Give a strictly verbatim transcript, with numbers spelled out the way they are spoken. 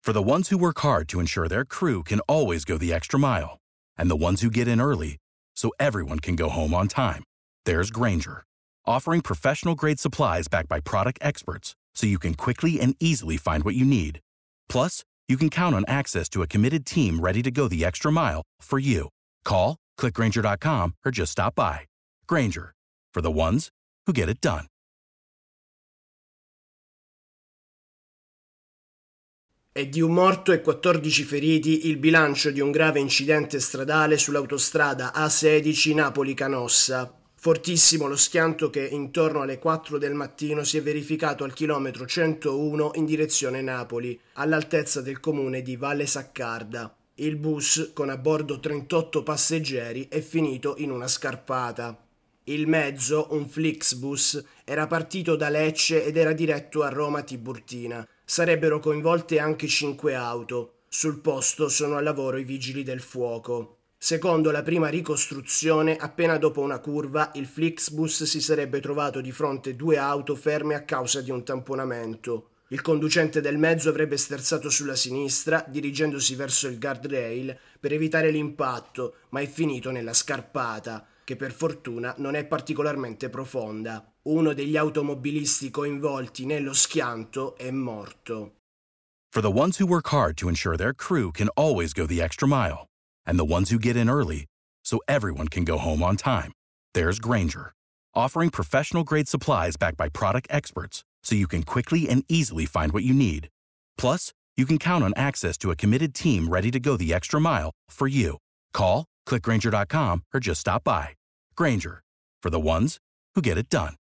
For the ones who work hard to ensure their crew can always go the extra mile, and the ones who get in early so everyone can go home on time, there's Grainger, offering professional-grade supplies backed by product experts so you can quickly and easily find what you need. Plus, you can count on access to a committed team ready to go the extra mile for you. Call, click Grainger dot com, or just stop by. Grainger, for the ones who get it done. È di un morto e quattordici feriti il bilancio di un grave incidente stradale sull'autostrada A sedici Napoli-Canossa. Fortissimo lo schianto che intorno alle quattro del mattino si è verificato al chilometro centouno in direzione Napoli, all'altezza del comune di Valle Saccarda. Il bus, con a bordo trentotto passeggeri, è finito in una scarpata. Il mezzo, un Flixbus, era partito da Lecce ed era diretto a Roma Tiburtina. Sarebbero coinvolte anche cinque auto. Sul posto sono al lavoro i vigili del fuoco. Secondo la prima ricostruzione, appena dopo una curva, il Flixbus si sarebbe trovato di fronte due auto ferme a causa di un tamponamento. Il conducente del mezzo avrebbe sterzato sulla sinistra, dirigendosi verso il guardrail per evitare l'impatto, ma è finito nella scarpata, che per fortuna non è particolarmente profonda. Uno degli automobilisti coinvolti nello schianto è morto. For the ones who work hard to ensure their crew can always go the extra mile, and the ones who get in early so everyone can go home on time, there's Grainger, offering professional-grade supplies backed by product experts so you can quickly and easily find what you need. Plus, you can count on access to a committed team ready to go the extra mile for you. Call, click Grainger dot com, or just stop by. Grainger, for the ones who get it done.